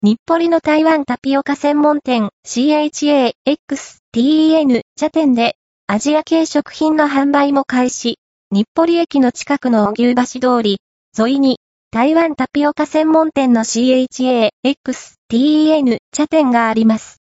日暮里の台湾タピオカ専門店 CHAXTEN 茶店でアジア系食品の販売も開始。日暮里駅の近くの荻生橋通り沿いに台湾タピオカ専門店の CHAXTEN 茶店があります。